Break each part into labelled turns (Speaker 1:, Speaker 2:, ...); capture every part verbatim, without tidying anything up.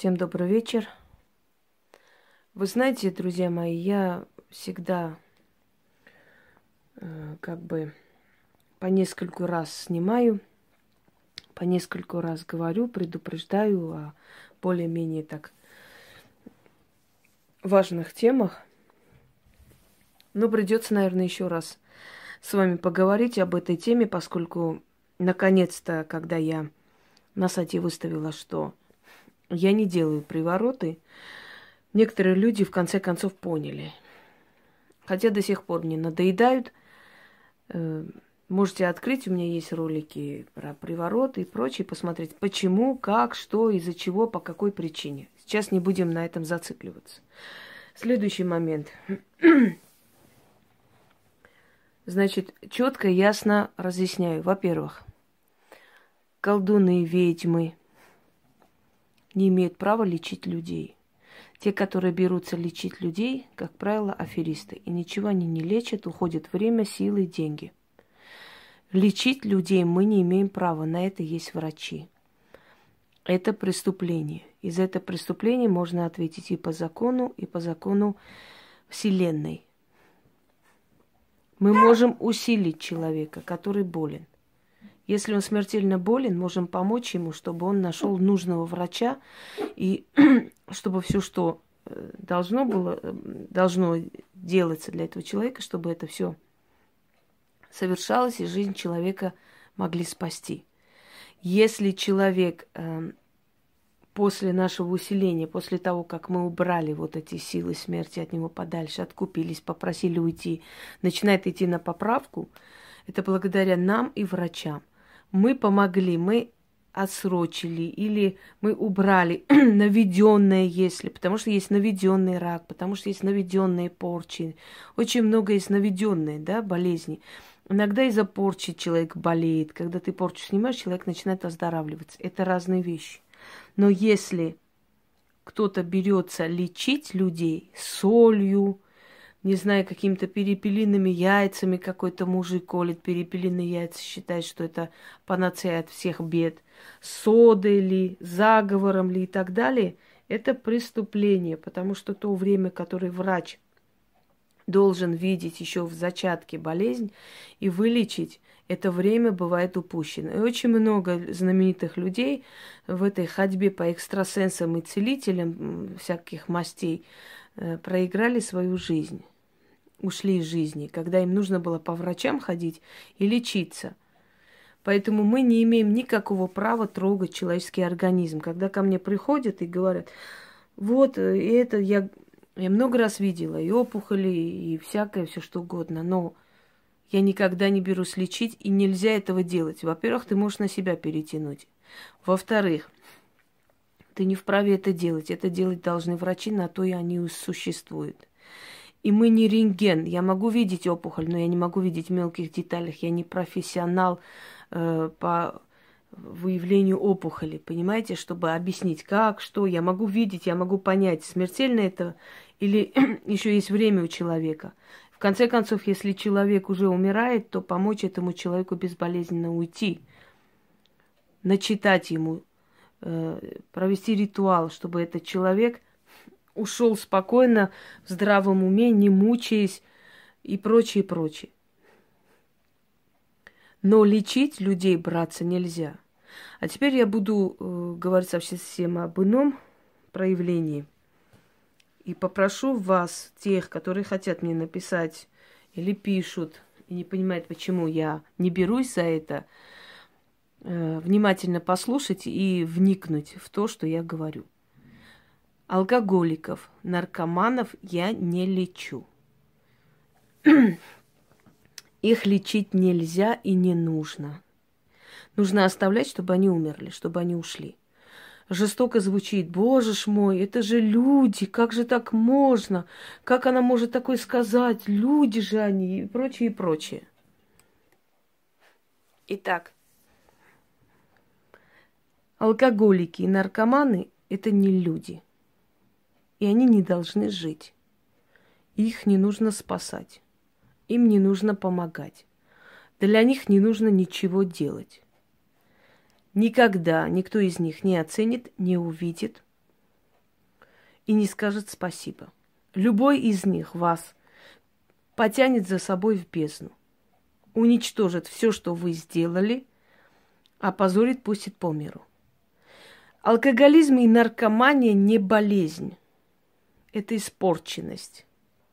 Speaker 1: Всем добрый вечер. Вы знаете, друзья мои, я всегда э, как бы по нескольку раз снимаю, по нескольку раз говорю, предупреждаю о более-менее так важных темах. Но придется, наверное, еще раз с вами поговорить об этой теме, поскольку наконец-то, когда я на сайте выставила, что я не делаю привороты, некоторые люди в конце концов поняли. Хотя до сих пор не надоедают. Можете открыть, у меня есть ролики про привороты и прочее, посмотреть, почему, как, что, из-за чего, по какой причине. Сейчас не будем на этом зацикливаться. Следующий момент. Значит, четко, ясно разъясняю. Во-первых, колдуны, ведьмы не имеют права лечить людей. Те, которые берутся лечить людей, как правило, аферисты. И ничего они не лечат, уходит время, силы, деньги. Лечить людей мы не имеем права, на это есть врачи. Это преступление. И за это преступление можно ответить и по закону, и по закону Вселенной. Мы можем усилить человека, который болен. Если он смертельно болен, можем помочь ему, чтобы он нашел нужного врача, и чтобы все, что должно было, должно делаться для этого человека, чтобы это все совершалось, и жизнь человека могли спасти. Если человек э, после нашего усиления, после того, как мы убрали вот эти силы смерти от него подальше, откупились, попросили уйти, начинает идти на поправку, это благодаря нам и врачам. Мы помогли, мы отсрочили или мы убрали наведенное, если, потому что есть наведенный рак, потому что есть наведенные порчи. Очень много есть наведенные, да, болезни. Иногда из-за порчи человек болеет. Когда ты порчу снимаешь, человек начинает оздоравливаться. Это разные вещи. Но если кто-то берется лечить людей солью, не знаю, какими-то перепелиными яйцами, какой-то мужик колет перепелиные яйца, считает, что это панацея от всех бед, содой ли, заговором ли и так далее, это преступление, потому что то время, которое врач должен видеть еще в зачатке болезнь и вылечить, это время бывает упущено. И очень много знаменитых людей в этой ходьбе по экстрасенсам и целителям всяких мастей э, проиграли свою жизнь. Ушли из жизни, когда им нужно было по врачам ходить и лечиться. Поэтому мы не имеем никакого права трогать человеческий организм. Когда ко мне приходят и говорят, вот, и это я, я много раз видела, и опухоли, и всякое, все что угодно, но я никогда не берусь лечить, и нельзя этого делать. Во-первых, ты можешь на себя перетянуть. Во-вторых, ты не вправе это делать. Это делать должны врачи, на то и они и существуют. И мы не рентген. Я могу видеть опухоль, но я не могу видеть в мелких деталях. Я не профессионал э, по выявлению опухоли, понимаете, чтобы объяснить, как, что. Я могу видеть, я могу понять, смертельно это или еще есть время у человека. В конце концов, если человек уже умирает, то помочь этому человеку безболезненно уйти, начитать ему, э, провести ритуал, чтобы этот человек ушел спокойно, в здравом уме, не мучаясь и прочее, прочее. Но лечить людей, браться, нельзя. А теперь я буду э, говорить совсем об ином проявлении. И попрошу вас, тех, которые хотят мне написать или пишут, и не понимают, почему я не берусь за это, э, внимательно послушать и вникнуть в то, что я говорю. Алкоголиков, наркоманов я не лечу. Их лечить нельзя и не нужно. Нужно оставлять, чтобы они умерли, чтобы они ушли. Жестоко звучит. Боже ж мой, это же люди, как же так можно? Как она может такое сказать? Люди же они и прочее, и прочее. Итак, алкоголики и наркоманы – это не люди. И они не должны жить. Их не нужно спасать. Им не нужно помогать. Для них не нужно ничего делать. Никогда никто из них не оценит, не увидит и не скажет спасибо. Любой из них вас потянет за собой в бездну, уничтожит все, что вы сделали, опозорит, пустит по миру. Алкоголизм и наркомания не болезнь. Это испорченность.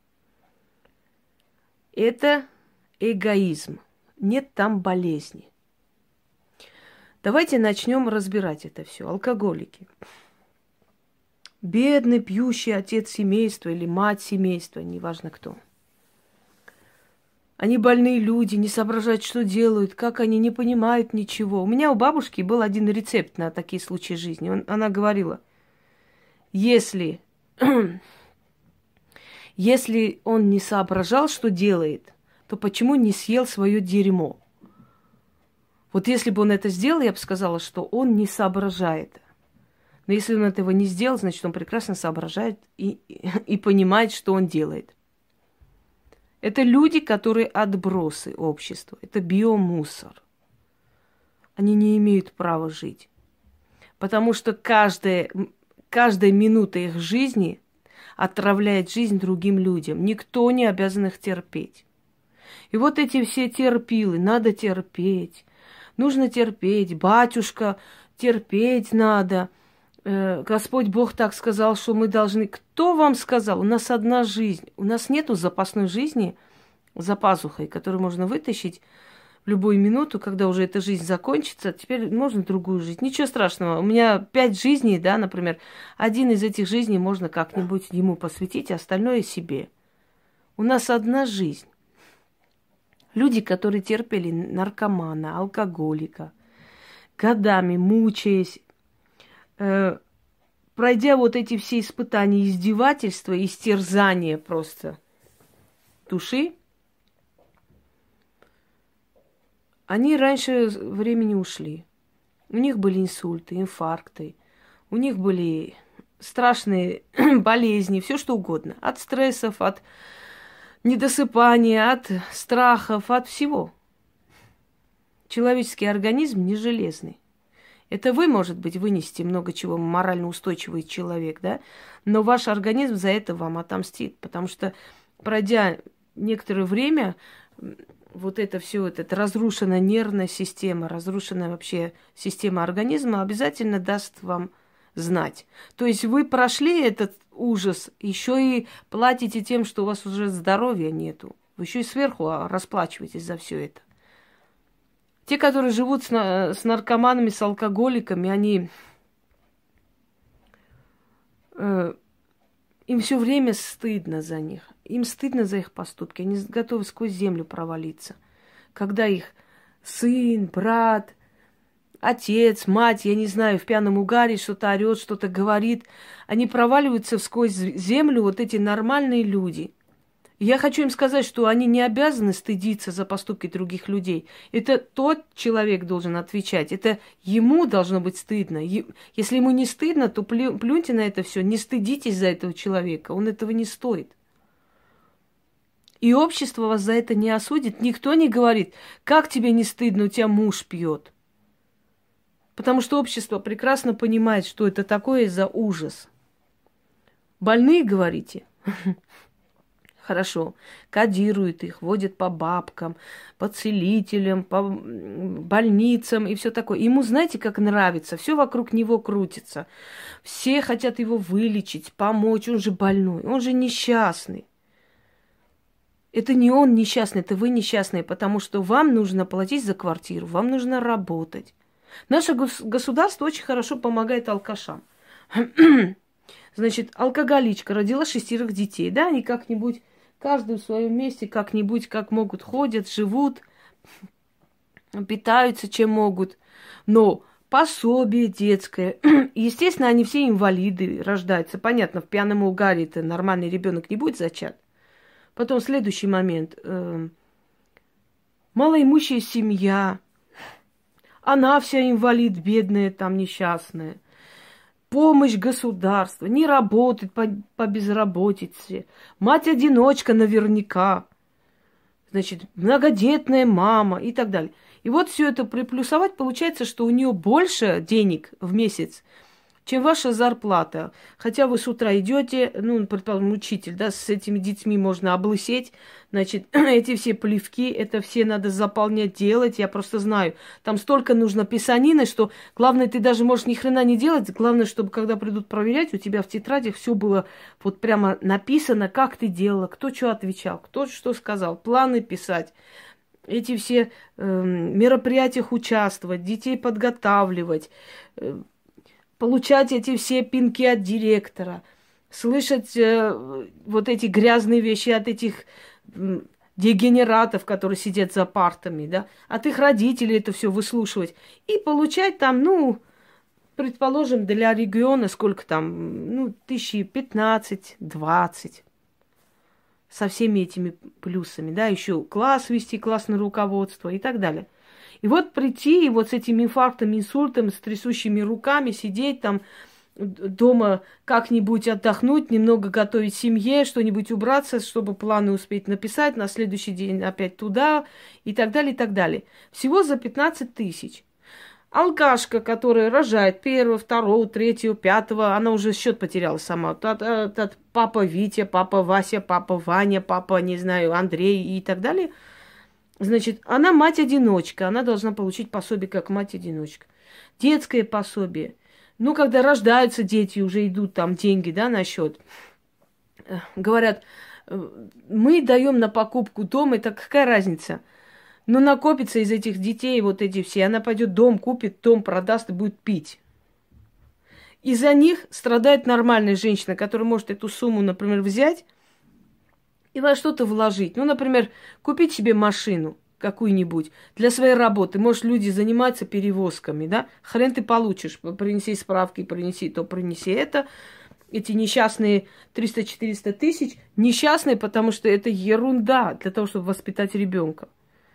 Speaker 1: Это эгоизм. Нет там болезни. Давайте начнем разбирать это все. Алкоголики. Бедный, пьющий отец семейства или мать семейства, неважно кто. Они больные люди, не соображают, что делают, как они, не понимают ничего. У меня у бабушки был один рецепт на такие случаи жизни. Он, она говорила, если, если он не соображал, что делает, то почему не съел свое дерьмо? Вот если бы он это сделал, я бы сказала, что он не соображает. Но если он этого не сделал, значит, он прекрасно соображает и, и, и понимает, что он делает. Это люди, которые отбросы общества. Это биомусор. Они не имеют права жить. Потому что каждая, каждая минута их жизни отравляет жизнь другим людям. Никто не обязан их терпеть. И вот эти все терпилы, надо терпеть. Нужно терпеть. Батюшка, терпеть надо. Господь Бог так сказал, что мы должны... Кто вам сказал? У нас одна жизнь. У нас нету запасной жизни за пазухой, которую можно вытащить в любую минуту, когда уже эта жизнь закончится. Теперь можно другую жизнь. Ничего страшного. У меня пять жизней, да, например. Один из этих жизней можно как-нибудь ему посвятить, а остальное себе. У нас одна жизнь. Люди, которые терпели наркомана, алкоголика, годами мучаясь, пройдя вот эти все испытания, издевательства, истерзания просто души, они раньше времени ушли. У них были инсульты, инфаркты, у них были страшные болезни, все что угодно. От стрессов, от недосыпания, от страхов, от всего. Человеческий организм не железный. Это вы, может быть, вынесете много чего, морально устойчивый человек, да? Но ваш организм за это вам отомстит, потому что, пройдя некоторое время, вот это все, вот эта разрушенная нервная система, разрушенная вообще система организма обязательно даст вам знать. То есть вы прошли этот ужас, еще и платите тем, что у вас уже здоровья нету. Вы еще и сверху расплачиваетесь за все это. Те, которые живут с, с наркоманами, с алкоголиками, они э, им все время стыдно за них. Им стыдно за их поступки. Они готовы сквозь землю провалиться. Когда их сын, брат, отец, мать, я не знаю, в пьяном угаре что-то орет, что-то говорит, они проваливаются сквозь землю, вот эти нормальные люди. Я хочу им сказать, что они не обязаны стыдиться за поступки других людей. Это тот человек должен отвечать. Это ему должно быть стыдно. Если ему не стыдно, то плюньте на это все. Не стыдитесь за этого человека. Он этого не стоит. И общество вас за это не осудит. Никто не говорит, как тебе не стыдно, у тебя муж пьет. Потому что общество прекрасно понимает, что это такое за ужас. Больные, говорите? Хорошо, кодируют их, водят по бабкам, по целителям, по больницам и все такое. Ему, знаете, как нравится, все вокруг него крутится. Все хотят его вылечить, помочь, он же больной, он же несчастный. Это не он несчастный, это вы несчастные, потому что вам нужно платить за квартиру, вам нужно работать. Наше государство очень хорошо помогает алкашам. Значит, алкоголичка родила шестерых детей, да, они как-нибудь, каждый в своем месте, как-нибудь, как могут, ходят, живут, питаются, чем могут. Но пособие детское, естественно, они все инвалиды рождаются. Понятно, в пьяном угаре-то нормальный ребенок не будет зачат. Потом следующий момент. Малоимущая семья, она вся инвалид, бедная, там, несчастная. Помощь государства, не работает по, по безработице. Мать-одиночка наверняка. Значит, многодетная мама и так далее. И вот все это приплюсовать, получается, что у нее больше денег в месяц, чем ваша зарплата. Хотя вы с утра идете, ну, предположим, учитель, да, с этими детьми можно облысеть. Значит, эти все плевки, это все надо заполнять, делать. Я просто знаю, там столько нужно писанины, что главное, ты даже можешь ни хрена не делать. Главное, чтобы когда придут проверять, у тебя в тетрадях все было вот прямо написано, как ты делала, кто что отвечал, кто что сказал, планы писать. Эти все э, мероприятиях участвовать, детей подготавливать, э, получать эти все пинки от директора, слышать э, вот эти грязные вещи от этих э, дегенератов, которые сидят за партами, да, от их родителей это все выслушивать и получать там, ну, предположим, для региона сколько там, ну, тысячи пятнадцать, двадцать. Со всеми этими плюсами, да, еще класс вести, классное руководство и так далее. И вот прийти и вот с этим инфарктом, инсультом, с трясущими руками сидеть там дома, как-нибудь отдохнуть, немного готовить семье, что-нибудь убраться, чтобы планы успеть написать, на следующий день опять туда и так далее, и так далее. Всего за пятнадцать тысяч. Алкашка, которая рожает первого, второго, третьего, пятого, она уже счет потеряла сама. Тот, тот папа Витя, папа Вася, папа Ваня, папа, не знаю, Андрей и так далее. Значит, она мать-одиночка, она должна получить пособие как мать-одиночка. Детское пособие. Ну, когда рождаются дети, уже идут там деньги, да, на счет. Говорят, мы даем на покупку дом, это какая разница? Но накопится из этих детей вот эти все. Она пойдет дом купит, дом продаст и будет пить. Из-за них страдает нормальная женщина, которая может эту сумму, например, взять и во что-то вложить. Ну, например, купить себе машину какую-нибудь для своей работы. Может, люди занимаются перевозками, да? Хрен ты получишь. Принеси справки, принеси то, принеси это. Эти несчастные триста-четыреста тысяч. Несчастные, потому что это ерунда для того, чтобы воспитать ребенка.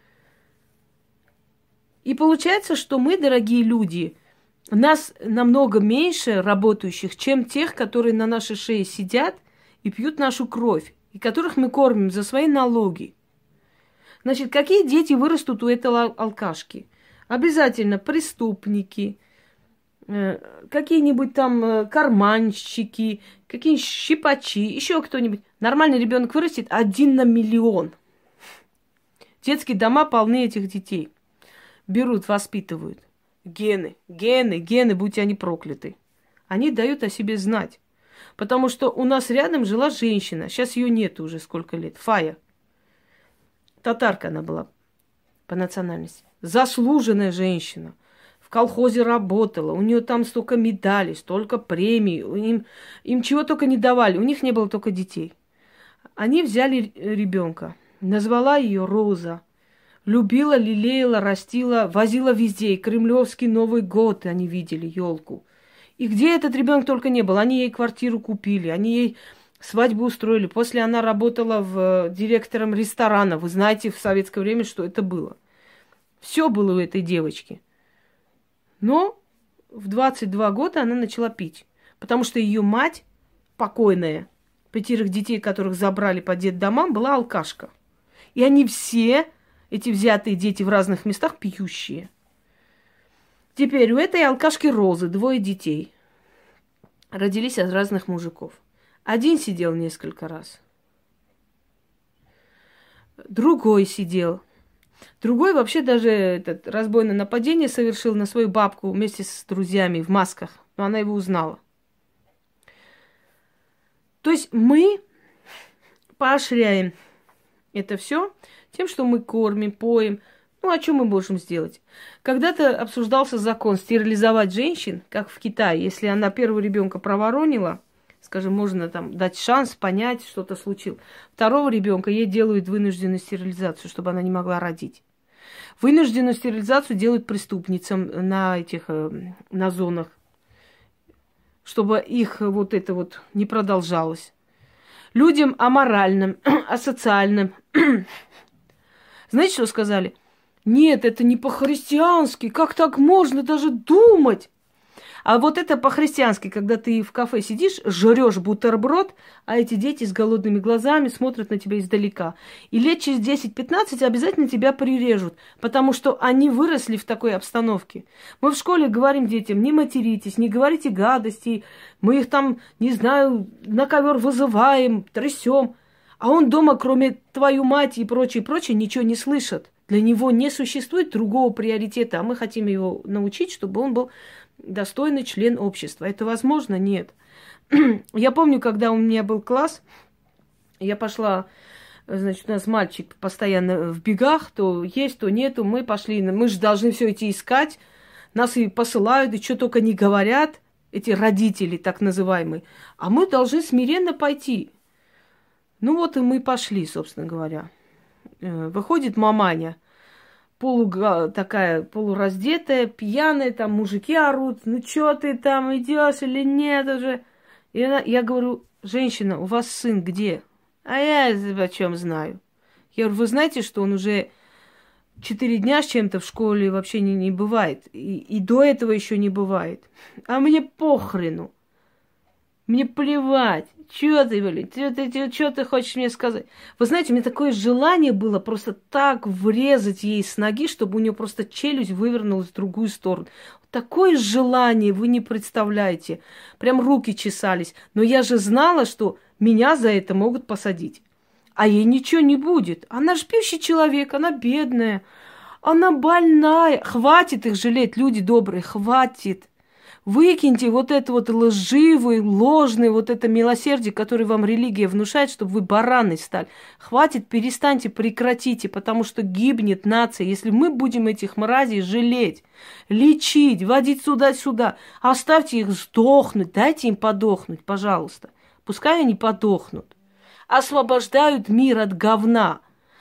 Speaker 1: И получается, что мы, дорогие люди, нас намного меньше работающих, чем тех, которые на нашей шее сидят и пьют нашу кровь, и которых мы кормим за свои налоги. Значит, какие дети вырастут у этой алкашки? Обязательно преступники, какие-нибудь там карманщики, какие-нибудь щипачи, еще кто-нибудь. Нормальный ребенок вырастет один на миллион. Детские дома полны этих детей. Берут, воспитывают. Гены, гены, гены, будь они прокляты. Они дают о себе знать. Потому что у нас рядом жила женщина. Сейчас ее нет уже сколько лет. Фая. Татарка она была по национальности. Заслуженная женщина. В колхозе работала. У нее там столько медалей, столько премий. Им, им чего только не давали. У них не было только детей. Они взяли ребенка. Назвала ее Роза. Любила, лелеяла, растила, возила везде. И Кремлевский Новый год они видели, елку. И где этот ребенок только не был. Они ей квартиру купили, они ей свадьбу устроили. После она работала в, директором ресторана. Вы знаете в советское время, что это было. Все было у этой девочки. Но в двадцать два года она начала пить. Потому что ее мать, покойная, пятерых детей, которых забрали по детдомам, была алкашка. И они все... Эти взятые дети в разных местах пьющие. Теперь у этой алкашки Розы двое детей. Родились от разных мужиков. Один сидел несколько раз. Другой сидел. Другой вообще даже этот разбойное нападение совершил на свою бабку вместе с друзьями в масках. Но она его узнала. То есть мы поощряем это все тем, что мы кормим, поем. Ну, а что мы можем сделать? Когда-то обсуждался закон стерилизовать женщин, как в Китае. Если она первого ребенка проворонила, скажем, можно там дать шанс понять, что-то случилось. Второго ребенка ей делают вынужденную стерилизацию, чтобы она не могла родить. Вынужденную стерилизацию делают преступницам на этих, на зонах, чтобы их вот это вот не продолжалось. Людям аморальным, асоциальным. Знаете, что сказали? Нет, это не по-христиански. Как так можно даже думать? А вот это по-христиански, когда ты в кафе сидишь, жрешь бутерброд, а эти дети с голодными глазами смотрят на тебя издалека. И лет через десять-пятнадцать обязательно тебя прирежут, потому что они выросли в такой обстановке. Мы в школе говорим детям, не материтесь, не говорите гадостей, мы их там, не знаю, на ковер вызываем, трясем. А он дома, кроме твою мать и прочее, прочее, ничего не слышит. Для него не существует другого приоритета, а мы хотим его научить, чтобы он был достойный член общества. Это возможно? Нет. Я помню, когда у меня был класс, я пошла, значит, у нас мальчик постоянно в бегах, то есть, то нету, мы пошли, мы же должны все идти искать, нас и посылают, и что только не говорят, эти родители так называемые, а мы должны смиренно пойти. Ну вот и мы пошли, собственно говоря. Выходит маманя, полу, такая полураздетая, пьяная, там мужики орут, ну что ты там идешь или нет уже? И она, я говорю, женщина, у вас сын где? А я о чем знаю. Я говорю, вы знаете, что он уже четыре дня с чем-то в школе вообще не, не бывает. И, и до этого еще не бывает. А мне похрену. Мне плевать. Чё ты, блин, чё ты, чё ты хочешь мне сказать? Вы знаете, у меня такое желание было просто так врезать ей с ноги, чтобы у нее просто челюсть вывернулась в другую сторону. Такое желание вы не представляете. Прям руки чесались. Но я же знала, что меня за это могут посадить. А ей ничего не будет. Она ж пьющий человек, она бедная, она больная. Хватит их жалеть, люди добрые, хватит. Выкиньте вот это вот лживое, ложное, вот это милосердие, которое вам религия внушает, чтобы вы бараны стали. Хватит, перестаньте, прекратите, потому что гибнет нация. Если мы будем этих мразей жалеть, лечить, водить сюда-сюда, оставьте их сдохнуть, дайте им подохнуть, пожалуйста. Пускай они подохнут. Освобождают мир от говна.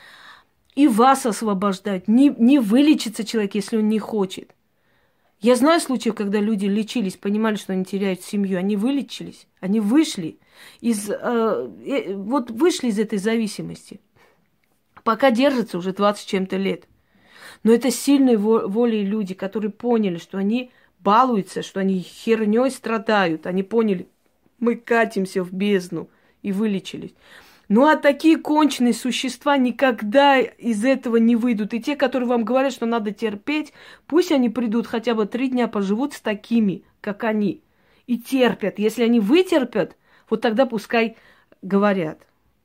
Speaker 1: И вас освобождают. Не, не вылечится человек, если он не хочет. Я знаю случаи, когда люди лечились, понимали, что они теряют семью. Они вылечились, они вышли из, э, вот вышли из этой зависимости. Пока держатся уже двадцать с чем-то лет. Но это сильные волей люди, которые поняли, что они балуются, что они херней страдают. Они поняли, мы катимся в бездну и вылечились. Ну, а такие конченые существа никогда из этого не выйдут. И те, которые вам говорят, что надо терпеть, пусть они придут хотя бы три дня, поживут с такими, как они. И терпят. Если они вытерпят, вот тогда пускай говорят.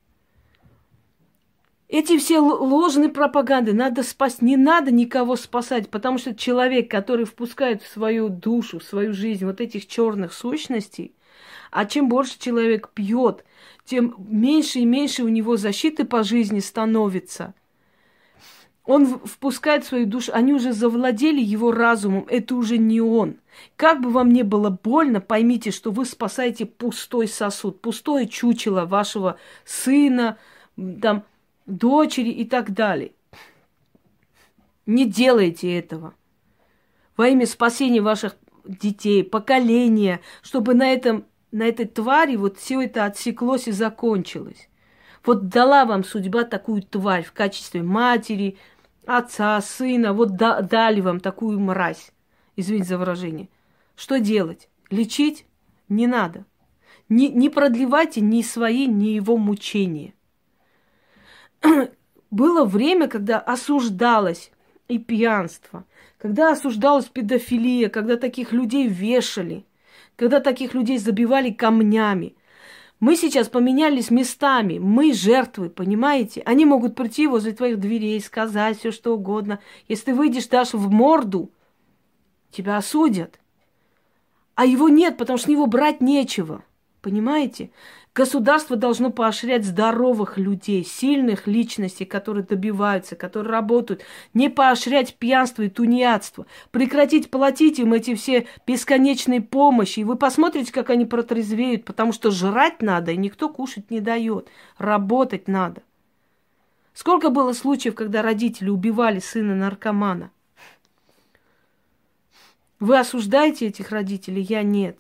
Speaker 1: Эти все ложные пропаганды надо спасти. Не надо никого спасать, потому что человек, который впускает в свою душу, в свою жизнь вот этих черных сущностей, а чем больше человек пьет, тем меньше и меньше у него защиты по жизни становится. Он впускает в свою душу, они уже завладели его разумом, это уже не он. Как бы вам ни было больно, поймите, что вы спасаете пустой сосуд, пустое чучело вашего сына, там, дочери и так далее. Не делайте этого. Во имя спасения ваших детей, поколения, чтобы на этом на этой твари вот все это отсеклось и закончилось. Вот дала вам судьба такую тварь в качестве матери, отца, сына, вот да, дали вам такую мразь, извините за выражение. Что делать? Лечить? Не надо. Не, не продлевайте ни свои, ни его мучения. Было время, когда осуждалось и пьянство, когда осуждалась педофилия, когда таких людей вешали, когда таких людей забивали камнями. Мы сейчас поменялись местами. Мы жертвы, понимаете? Они могут прийти возле твоих дверей, сказать все, что угодно. Если ты выйдешь, дашь в морду, тебя осудят. А его нет, потому что с него брать нечего. Понимаете? Государство должно поощрять здоровых людей, сильных личностей, которые добиваются, которые работают. Не поощрять пьянство и тунеядство. Прекратить платить им эти все бесконечные помощи. И вы посмотрите, как они протрезвеют, потому что жрать надо, и никто кушать не дает. Работать надо. Сколько было случаев, когда родители убивали сына наркомана? Вы осуждаете этих родителей? Я нет.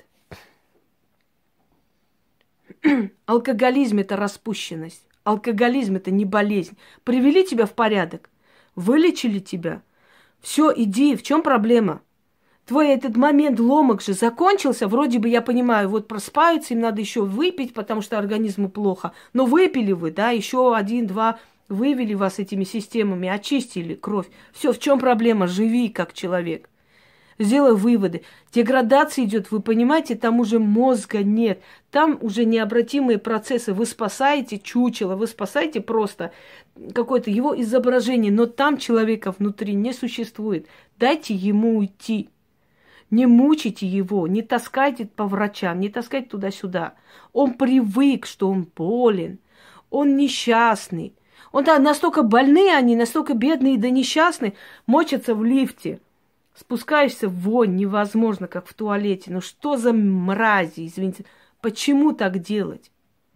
Speaker 1: Алкоголизм – это распущенность. Алкоголизм – это не болезнь. Привели тебя в порядок, вылечили тебя. Все, иди. В чем проблема? твой этот момент ломок же закончился, вроде бы, я понимаю, вот просыпаются, им надо еще выпить, потому что организму плохо. Но выпили вы, да, еще один-два, вывели вас этими системами, очистили кровь. Все, в чем проблема? Живи как человек. Сделай выводы. Деградация идет, вы понимаете, там уже мозга нет. Там уже необратимые процессы. Вы спасаете чучело, вы спасаете просто какое-то его изображение, но там человека внутри не существует. Дайте ему уйти. Не мучите его, не таскайте по врачам, не таскайте туда-сюда. Он привык, что он болен, он несчастный. Он да, настолько больные они, настолько бедные да несчастные, мочатся в лифте. Спускаешься в вонь, невозможно, как в туалете. Ну что за мрази, извините. Почему так делать?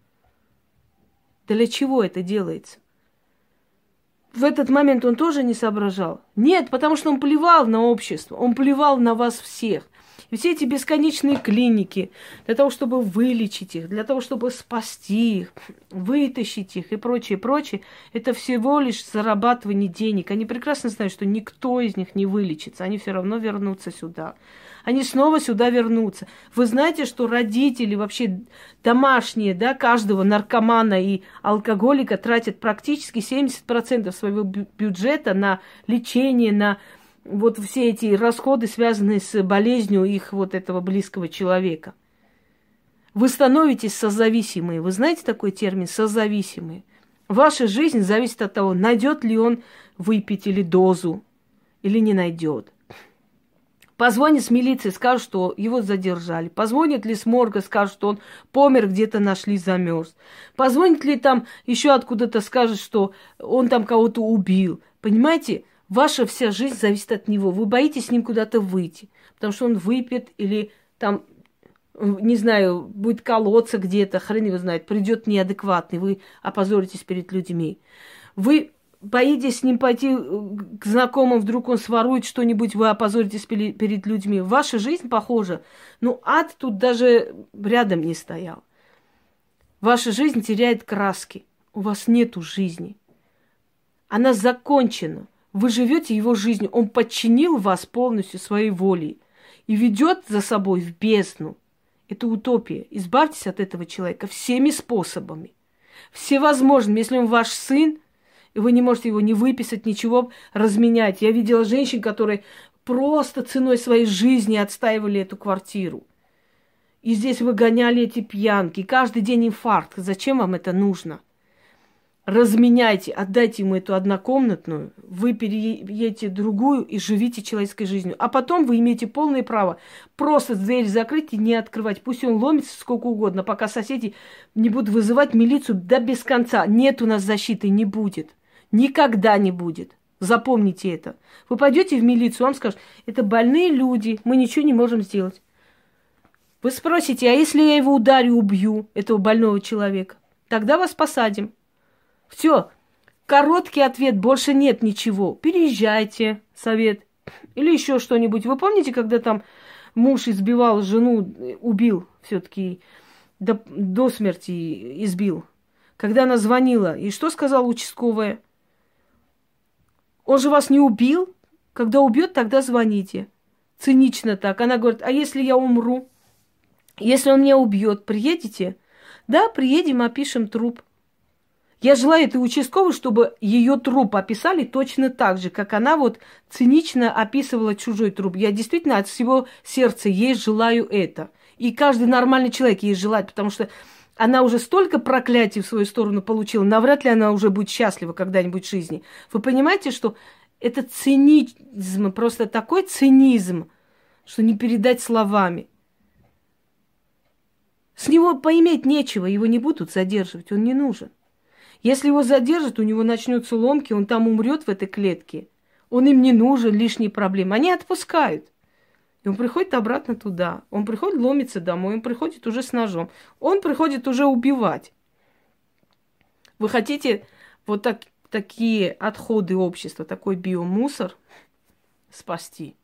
Speaker 1: Для чего это делается? В этот момент он тоже не соображал? Нет, потому что он плевал на общество, он плевал на вас всех. И все эти бесконечные клиники для того, чтобы вылечить их, для того, чтобы спасти их, вытащить их и прочее, прочее, это всего лишь зарабатывание денег. Они прекрасно знают, что никто из них не вылечится, они все равно вернутся сюда. Они снова сюда вернутся. Вы знаете, что родители вообще домашние, да, каждого наркомана и алкоголика тратят практически семьдесят процентов своего бю- бюджета на лечение, на вот все эти расходы, связанные с болезнью их вот этого близкого человека. Вы становитесь созависимые. Вы знаете такой термин «созависимые»? Ваша жизнь зависит от того, найдет ли он выпить или дозу, или не найдет. Позвонит с милиции, скажут, что его задержали. Позвонит ли с морга, скажут, что он помер, где-то нашли, замерз. Позвонит ли там еще откуда-то, скажет, что он там кого-то убил. Понимаете? Ваша вся жизнь зависит от него. Вы боитесь с ним куда-то выйти, потому что он выпьет или там, не знаю, будет колоться где-то, хрен его знает, придет неадекватный, вы опозоритесь перед людьми. Вы боитесь с ним пойти к знакомым, вдруг он сворует что-нибудь, вы опозоритесь перед людьми. Ваша жизнь похожа. Ну, ад тут даже рядом не стоял. Ваша жизнь теряет краски. У вас нету жизни. Она закончена. Вы живете его жизнью. Он подчинил вас полностью своей волей и ведет за собой в бездну. Это утопия. Избавьтесь от этого человека всеми способами. Всевозможными. Если он ваш сын, и вы не можете его не выписать, ничего разменять. Я видела женщин, которые просто ценой своей жизни отстаивали эту квартиру. И здесь выгоняли эти пьянки. Каждый день инфаркт. Зачем вам это нужно? Разменяйте, отдайте ему эту однокомнатную, вы переедете другую и живите человеческой жизнью. А потом вы имеете полное право просто дверь закрыть и не открывать. Пусть он ломится сколько угодно, пока соседи не будут вызывать милицию до без конца. Нет у нас защиты, не будет. Никогда не будет. Запомните это. Вы пойдете в милицию, вам скажут, это больные люди, мы ничего не можем сделать. Вы спросите, а если я его ударю, убью, этого больного человека? Тогда вас посадим. Все, короткий ответ, больше нет ничего. Переезжайте, совет. Или еще что-нибудь. Вы помните, когда там муж избивал жену, убил все-таки, до, до смерти избил? Когда она звонила, и что сказала участковая? Он же вас не убил? Когда убьет, тогда звоните. Цинично так. Она говорит, а если я умру? Если он меня убьет, приедете? Да, приедем, опишем труп. Я желаю этой участковой, чтобы ее труп описали точно так же, как она вот цинично описывала чужой труп. Я действительно от всего сердца ей желаю это. И каждый нормальный человек ей желает, потому что она уже столько проклятий в свою сторону получила, навряд ли она уже будет счастлива когда-нибудь в жизни. Вы понимаете, что это цинизм, просто такой цинизм, что не передать словами. С него поиметь нечего, его не будут задерживать, он не нужен. Если его задержат, у него начнутся ломки, он там умрет в этой клетке. Он им не нужен, лишние проблемы. Они отпускают. И он приходит обратно туда. Он приходит ломиться домой, он приходит уже с ножом. Он приходит уже убивать. Вы хотите вот так, такие отходы общества, такой биомусор спасти?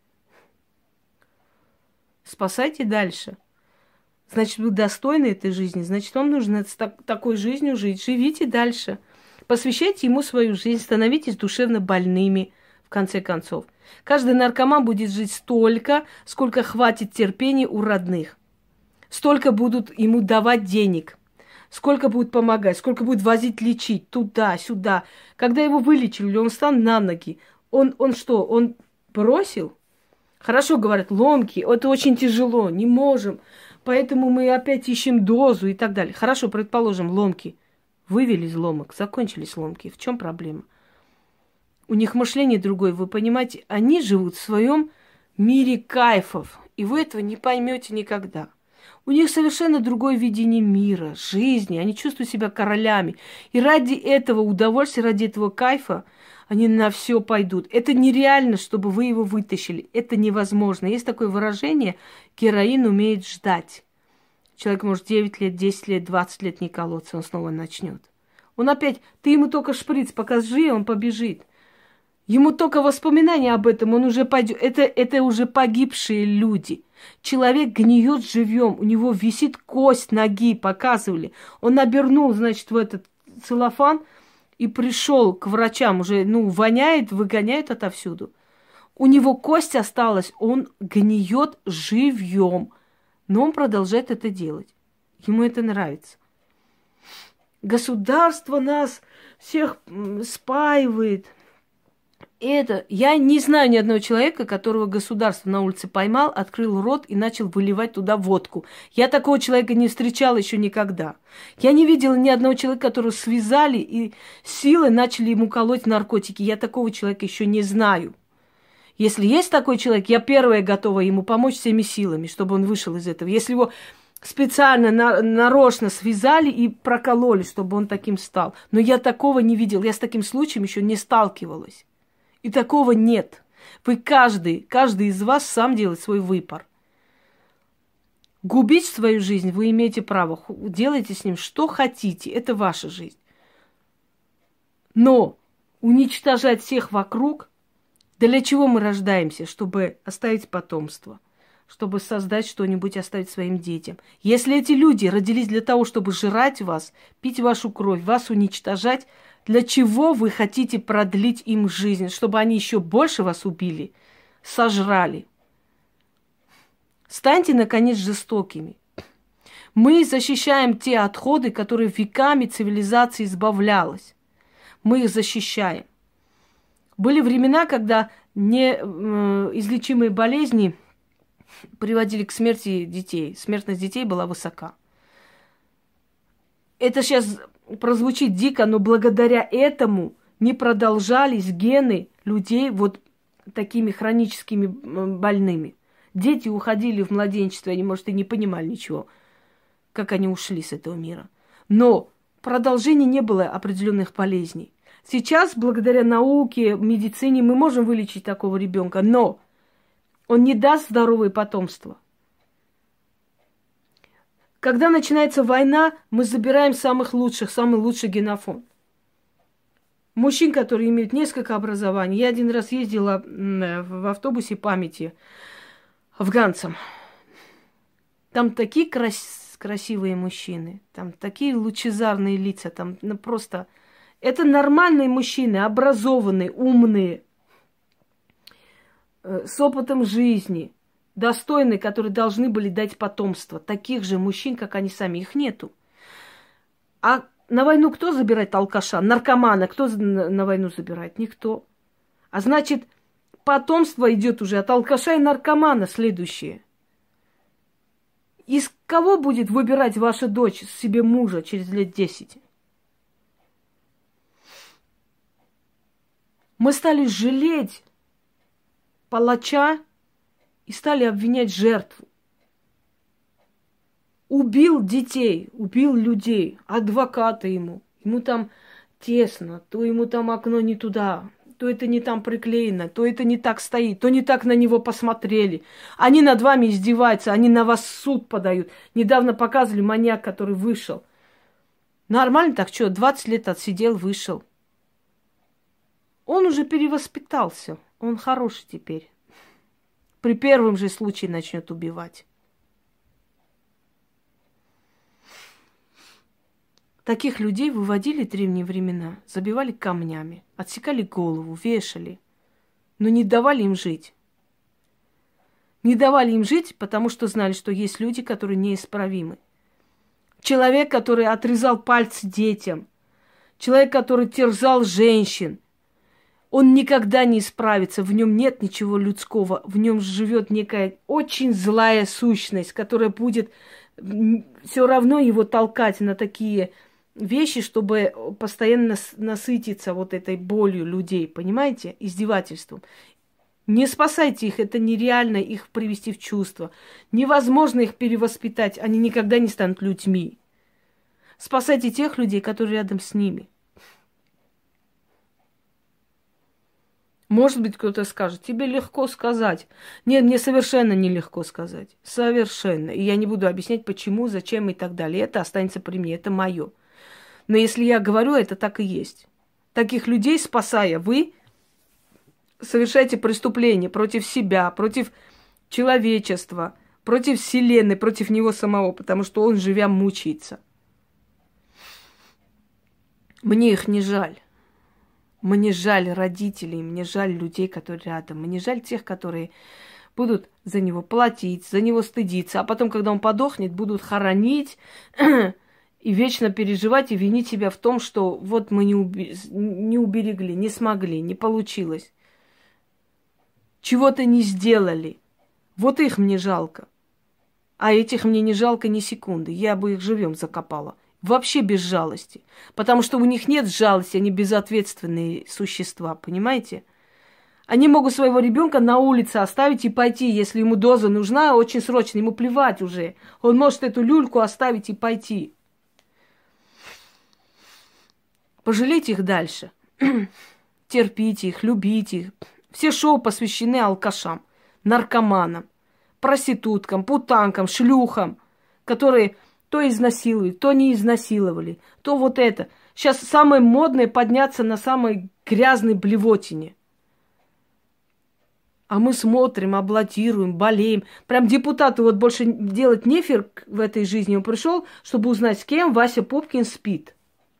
Speaker 1: Спасайте дальше. Значит, вы достойны этой жизни, значит, вам нужно с так, такой жизнью жить. Живите дальше. Посвящайте ему свою жизнь, становитесь душевно больными, конце концов. Каждый наркоман будет жить столько, сколько хватит терпения у родных. Столько будут ему давать денег. Сколько будут помогать, сколько будут возить лечить туда, сюда. Когда его вылечили, он встал на ноги. Он, он что, он бросил? Хорошо, говорят, ломки, это очень тяжело, не можем. Поэтому мы опять ищем дозу и так далее. Хорошо, предположим, ломки. Вывели из ломок, закончились ломки. В чем проблема? У них мышление другое, вы понимаете? Они живут в своем мире кайфов. И вы этого не поймете никогда. У них совершенно другое видение мира, жизни. Они чувствуют себя королями. И ради этого удовольствия, ради этого кайфа они на все пойдут. Это нереально, чтобы вы его вытащили. Это невозможно. Есть такое выражение: героин умеет ждать. Человек может девять лет, десять лет, двадцать лет не колоться, он снова начнет. Он опять, ты ему только шприц покажи, он побежит. Ему только воспоминания об этом, он уже пойдет. Это, это уже погибшие люди. Человек гниет живьем, у него висит кость ноги, показывали. Он набернул, значит, в этот целлофан и пришел к врачам, уже, ну, воняет, выгоняет отовсюду. У него кость осталась, он гниет живьем, но он продолжает это делать. Ему это нравится. Государство нас всех спаивает. Это, я не знаю ни одного человека, которого государство на улице поймал, открыл рот и начал выливать туда водку. Я такого человека не встречала еще никогда. Я не видела ни одного человека, которого связали и силой начали ему колоть наркотики. Я такого человека еще не знаю. Если есть такой человек, я первая готова ему помочь всеми силами, чтобы он вышел из этого. Если его специально, на, нарочно связали и прокололи, чтобы он таким стал. Но я такого не видела, я с таким случаем еще не сталкивалась. И такого нет. Вы каждый, каждый из вас сам делает свой выбор. Губить свою жизнь вы имеете право. Делайте с ним что хотите. Это ваша жизнь. Но уничтожать всех вокруг, для чего мы рождаемся? Чтобы оставить потомство. Чтобы создать что-нибудь, оставить своим детям. Если эти люди родились для того, чтобы жрать вас, пить вашу кровь, вас уничтожать, для чего вы хотите продлить им жизнь? Чтобы они еще больше вас убили, сожрали. Станьте, наконец, жестокими. Мы защищаем те отходы, которые веками цивилизация избавлялась. Мы их защищаем. Были времена, когда неизлечимые болезни приводили к смерти детей. Смертность детей была высока. Это сейчас прозвучит дико, но благодаря этому не продолжались гены людей вот такими хроническими больными. Дети уходили в младенчество, они, может, и не понимали ничего, как они ушли с этого мира. Но продолжения не было определенных болезней. Сейчас, благодаря науке, медицине, мы можем вылечить такого ребенка, но он не даст здоровое потомство. Когда начинается война, мы забираем самых лучших, самый лучший генофонд. Мужчин, которые имеют несколько образований. Я один раз ездила в автобусе памяти афганцам. Там такие крас- красивые мужчины, там такие лучезарные лица, там ну, просто... Это нормальные мужчины, образованные, умные, э, с опытом жизни, достойные, которые должны были дать потомство. Таких же мужчин, как они сами, их нету. А на войну кто забирает алкаша? Наркомана кто на войну забирает? Никто. А значит, потомство идет уже от алкаша и наркомана следующее. Из кого будет выбирать ваша дочь себе мужа через лет десять? Мы стали жалеть палача и стали обвинять жертву. Убил детей, убил людей, адвоката ему. Ему там тесно, то ему там окно не туда, то это не там приклеено, то это не так стоит, то не так на него посмотрели. Они над вами издеваются, они на вас в суд подают. Недавно показывали маньяк, который вышел. Нормально так, что, двадцать лет отсидел, вышел. Он уже перевоспитался, он хороший теперь. При первом же случае начнет убивать. Таких людей выводили в древние времена, забивали камнями, отсекали голову, вешали. но не давали им жить. Не давали им жить, потому что знали, что есть люди, которые неисправимы. Человек, который отрезал пальцы детям, человек, который терзал женщин, он никогда не исправится, в нем нет ничего людского, в нем живет некая очень злая сущность, которая будет все равно его толкать на такие вещи, чтобы постоянно насытиться вот этой болью людей, понимаете, издевательством. Не спасайте их, это нереально их привести в чувство. Невозможно их перевоспитать, они никогда не станут людьми. Спасайте тех людей, которые рядом с ними. Может быть, кто-то скажет, тебе легко сказать. Нет, мне совершенно нелегко сказать. Совершенно. И я не буду объяснять, почему, зачем и так далее. Это останется при мне, это мое. Но если я говорю, это так и есть. Таких людей, спасая, вы совершаете преступление против себя, против человечества, против Вселенной, против него самого, потому что он, живя, мучается. Мне их не жаль. Мне жаль родителей, мне жаль людей, которые рядом. Мне жаль тех, которые будут за него платить, за него стыдиться. А потом, когда он подохнет, будут хоронить и вечно переживать и винить себя в том, что вот мы не, уби- не уберегли, не смогли, не получилось. Чего-то не сделали. Вот их мне жалко. А этих мне не жалко ни секунды. Я бы их живем закопала. Вообще без жалости. Потому что у них нет жалости, они безответственные существа, понимаете? Они могут своего ребенка на улице оставить и пойти, если ему доза нужна, очень срочно, ему плевать уже. Он может эту люльку оставить и пойти. Пожалейте их дальше. Терпите их, любите их. Все шоу посвящены алкашам, наркоманам, проституткам, путанкам, шлюхам, которые то изнасилуют, то не изнасиловали, то вот это. Сейчас самое модное подняться на самой грязной блевотине. А мы смотрим, аплодируем, болеем. Прям депутату вот больше делать нефиг в этой жизни. Он пришел, чтобы узнать, с кем Вася Пупкин спит.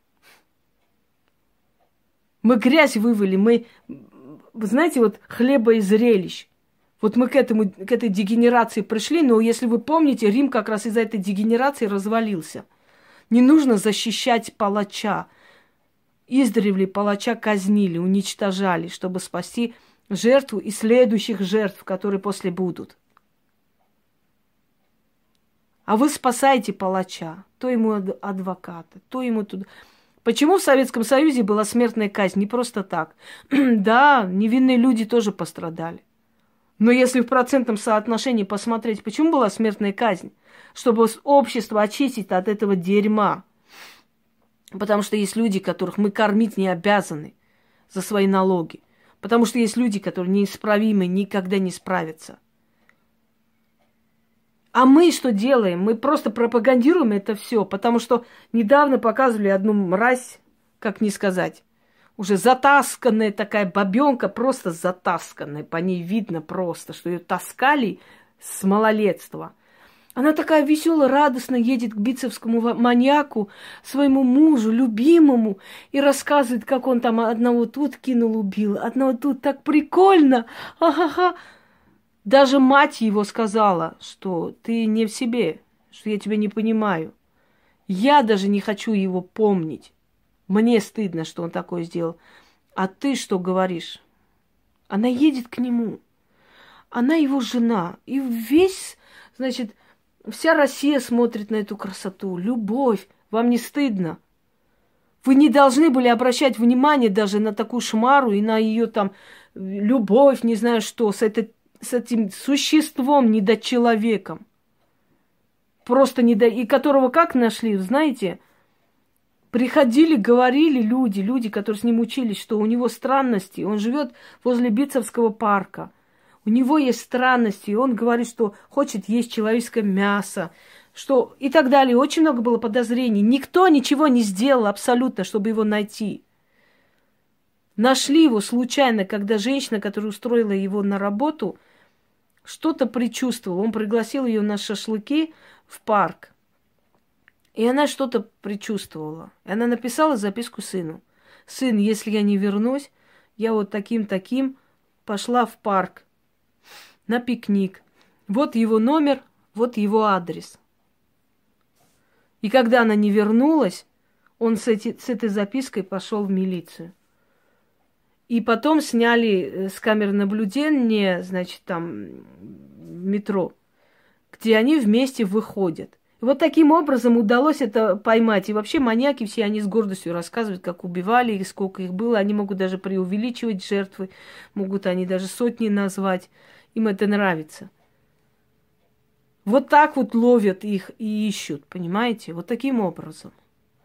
Speaker 1: Мы грязь вывели, мы, вы знаете, вот хлеба и зрелищ. Вот мы к, этому, к этой дегенерации пришли, но если вы помните, Рим как раз из-за этой дегенерации развалился. Не нужно защищать палача. Издревле палача казнили, уничтожали, чтобы спасти жертву и следующих жертв, которые после будут. А вы спасаете палача, то ему адвоката, то ему туда. Почему в Советском Союзе была смертная казнь? Не просто так. Да, невинные люди тоже пострадали. Но если в процентном соотношении посмотреть, почему была смертная казнь? Чтобы общество очистить от этого дерьма. Потому что есть люди, которых мы кормить не обязаны за свои налоги. Потому что есть люди, которые неисправимы, никогда не справятся. А мы что делаем? Мы просто пропагандируем это все, потому что недавно показывали одну мразь, как не сказать, уже затасканная такая бабенка, просто затасканная, по ней видно просто, что ее таскали с малолетства. Она такая веселая, радостно едет к бицевскому маньяку, своему мужу, любимому, и рассказывает, как он там одного тут кинул, убил, одного тут, так прикольно, ха-ха-ха. Даже мать его сказала, что ты не в себе, что я тебя не понимаю. Я даже не хочу его помнить. Мне стыдно, что он такое сделал. А ты что говоришь? Она едет к нему. Она его жена. И весь, значит, вся Россия смотрит на эту красоту. Любовь. Вам не стыдно? Вы не должны были обращать внимание даже на такую шмару и на ее там любовь, не знаю что, с этой с этим существом, недочеловеком. Просто недо... И которого как нашли, знаете? Приходили, говорили люди, люди, которые с ним учились, что у него странности. Он живет возле Бицевского парка. У него есть странности. И он говорит, что хочет есть человеческое мясо. Что... И так далее. Очень много было подозрений. Никто ничего не сделал абсолютно, чтобы его найти. Нашли его случайно, когда женщина, которая устроила его на работу, что-то предчувствовала. Он пригласил ее на шашлыки в парк. И она что-то предчувствовала. И она написала записку сыну. Сын, если я не вернусь, я вот таким-таким пошла в парк на пикник. Вот его номер, вот его адрес. И когда она не вернулась, он с, эти, с этой запиской пошел в милицию. И потом сняли с камер наблюдения, значит, там, в метро, где они вместе выходят. И вот таким образом удалось это поймать. И вообще маньяки все, они с гордостью рассказывают, как убивали их, сколько их было. Они могут даже преувеличивать жертвы, могут они даже сотни назвать. Им это нравится. Вот так вот ловят их и ищут, понимаете? Вот таким образом.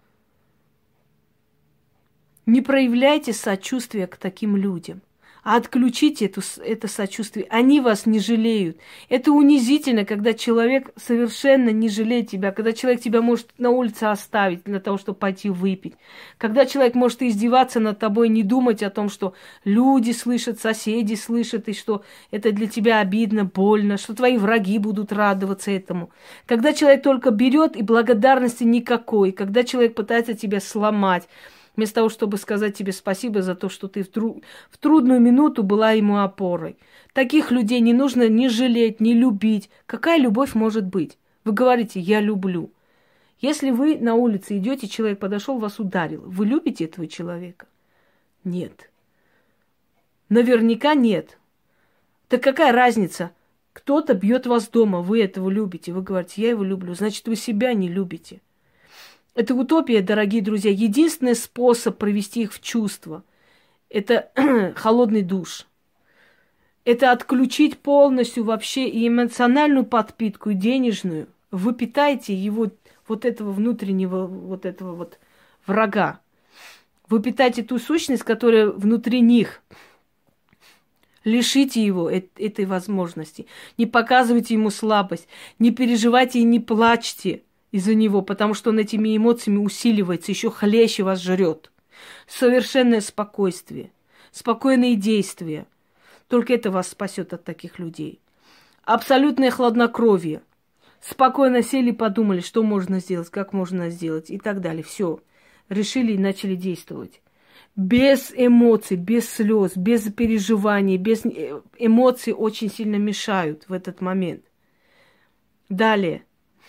Speaker 1: Не проявляйте сочувствия к таким людям, а отключите эту, это сочувствие. Они вас не жалеют. Это унизительно, когда человек совершенно не жалеет тебя, когда человек тебя может на улице оставить для того, чтобы пойти выпить. Когда человек может издеваться над тобой, не думать о том, что люди слышат, соседи слышат, и что это для тебя обидно, больно, что твои враги будут радоваться этому. Когда человек только берет и благодарности никакой, когда человек пытается тебя сломать, вместо того, чтобы сказать тебе спасибо за то, что ты в, тру- в трудную минуту была ему опорой. Таких людей не нужно ни жалеть, ни любить. Какая любовь может быть? Вы говорите «я люблю». Если вы на улице идете, человек подошел, вас ударил, вы любите этого человека? Нет. Наверняка нет. Так какая разница? Кто-то бьет вас дома, вы этого любите. Вы говорите «я его люблю». Значит, вы себя не любите. Это утопия, дорогие друзья. Единственный способ привести их в чувство – это холодный душ. Это отключить полностью вообще и эмоциональную подпитку, и денежную. Вы питаете его, вот этого внутреннего, вот этого вот врага. Вы питаете ту сущность, которая внутри них. Лишите его этой возможности. Не показывайте ему слабость. Не переживайте и не плачьте из-за него, потому что он этими эмоциями усиливается, еще хлеще вас жрет. Совершенное спокойствие, спокойные действия. Только это вас спасет от таких людей. Абсолютное хладнокровие. Спокойно сели, подумали, что можно сделать, как можно сделать и так далее. Все. Решили и начали действовать. Без эмоций, без слез, без переживаний, без эмоций очень сильно мешают в этот момент. Далее.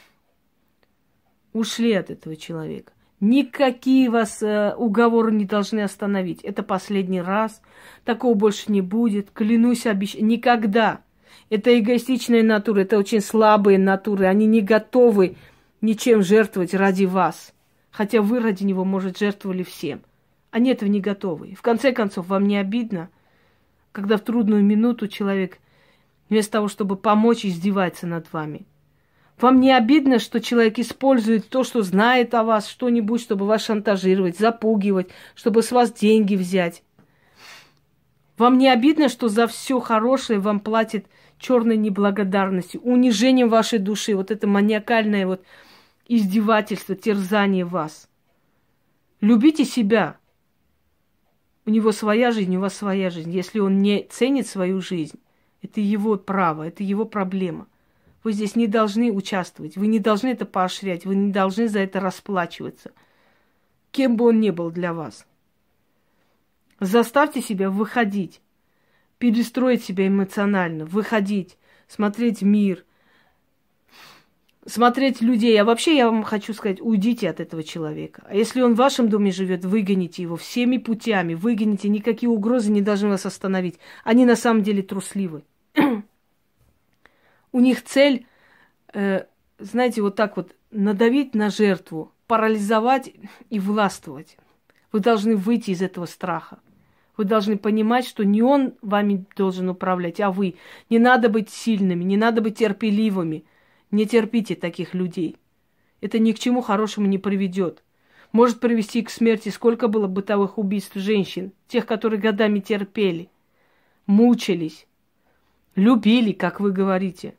Speaker 1: Ушли от этого человека. Никакие вас э, уговоры не должны остановить. Это последний раз. Такого больше не будет. Клянусь, обещаю. Никогда. Это эгоистичная натура. Это очень слабые натуры. Они не готовы ничем жертвовать ради вас. Хотя вы ради него, может, жертвовали всем. Они этого не готовы. В конце концов, вам не обидно, когда в трудную минуту человек вместо того, чтобы помочь, издевается над вами. Вам не обидно, что человек использует то, что знает о вас, что-нибудь, чтобы вас шантажировать, запугивать, чтобы с вас деньги взять? Вам не обидно, что за все хорошее вам платит черной неблагодарностью, унижением вашей души, вот это маниакальное вот издевательство, терзание вас? Любите себя. У него своя жизнь, у вас своя жизнь. Если он не ценит свою жизнь, это его право, это его проблема. Вы здесь не должны участвовать, вы не должны это поощрять, вы не должны за это расплачиваться, кем бы он ни был для вас. Заставьте себя выходить, перестроить себя эмоционально, выходить, смотреть мир, смотреть людей. А вообще я вам хочу сказать, уйдите от этого человека. А если он в вашем доме живет, выгоните его всеми путями, выгоните, никакие угрозы не должны вас остановить. Они на самом деле трусливы. У них цель, э, знаете, вот так вот надавить на жертву, парализовать и властвовать. Вы должны выйти из этого страха. Вы должны понимать, что не он вами должен управлять, а вы. Не надо быть сильными, не надо быть терпеливыми. Не терпите таких людей. Это ни к чему хорошему не приведет. Может привести к смерти. Сколько было бытовых убийств женщин, тех, которые годами терпели, мучились, любили, как вы говорите.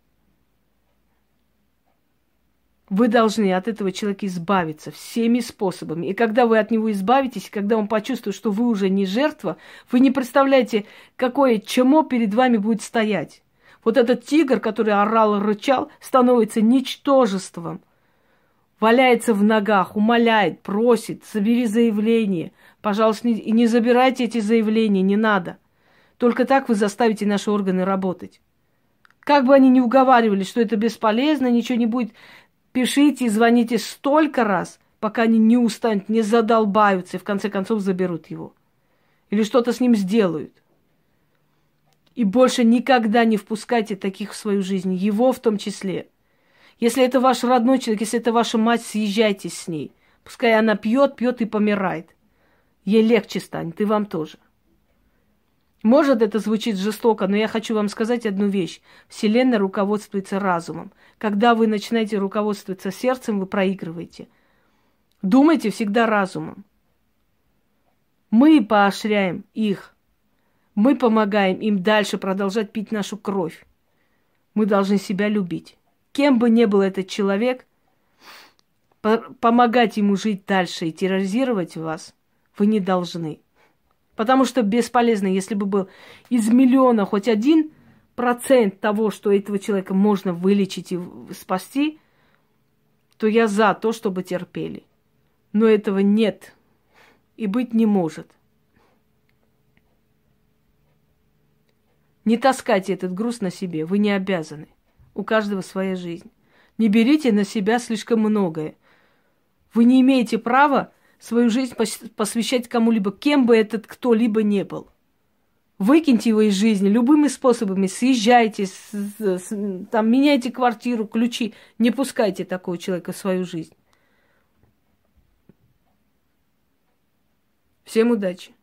Speaker 1: Вы должны от этого человека избавиться всеми способами. И когда вы от него избавитесь, когда он почувствует, что вы уже не жертва, вы не представляете, какое чмо перед вами будет стоять. Вот этот тигр, который орал и рычал, становится ничтожеством. Валяется в ногах, умоляет, просит, собери заявление. Пожалуйста, и не забирайте эти заявления, не надо. Только так вы заставите наши органы работать. Как бы они ни уговаривали, что это бесполезно, ничего не будет, пишите и звоните столько раз, пока они не устанут, не задолбаются и в конце концов заберут его. Или что-то с ним сделают. И больше никогда не впускайте таких в свою жизнь, его в том числе. Если это ваш родной человек, если это ваша мать, съезжайте с ней. Пускай она пьет, пьет и помирает. Ей легче станет, и вам тоже. Может, это звучит жестоко, но я хочу вам сказать одну вещь. Вселенная руководствуется разумом. Когда вы начинаете руководствоваться сердцем, вы проигрываете. Думайте всегда разумом. Мы поощряем их. Мы помогаем им дальше продолжать пить нашу кровь. Мы должны себя любить. Кем бы ни был этот человек, помогать ему жить дальше и терроризировать вас вы не должны. Потому что бесполезно, если бы был из миллиона хоть один процент того, что этого человека можно вылечить и спасти, то я за то, чтобы терпели. Но этого нет и быть не может. Не таскайте этот груз на себе, вы не обязаны. У каждого своя жизнь. Не берите на себя слишком многое. Вы не имеете права свою жизнь посвящать кому-либо, кем бы этот кто-либо не был. Выкиньте его из жизни любыми способами, съезжайте, с, с, там, меняйте квартиру, ключи. Не пускайте такого человека в свою жизнь. Всем удачи!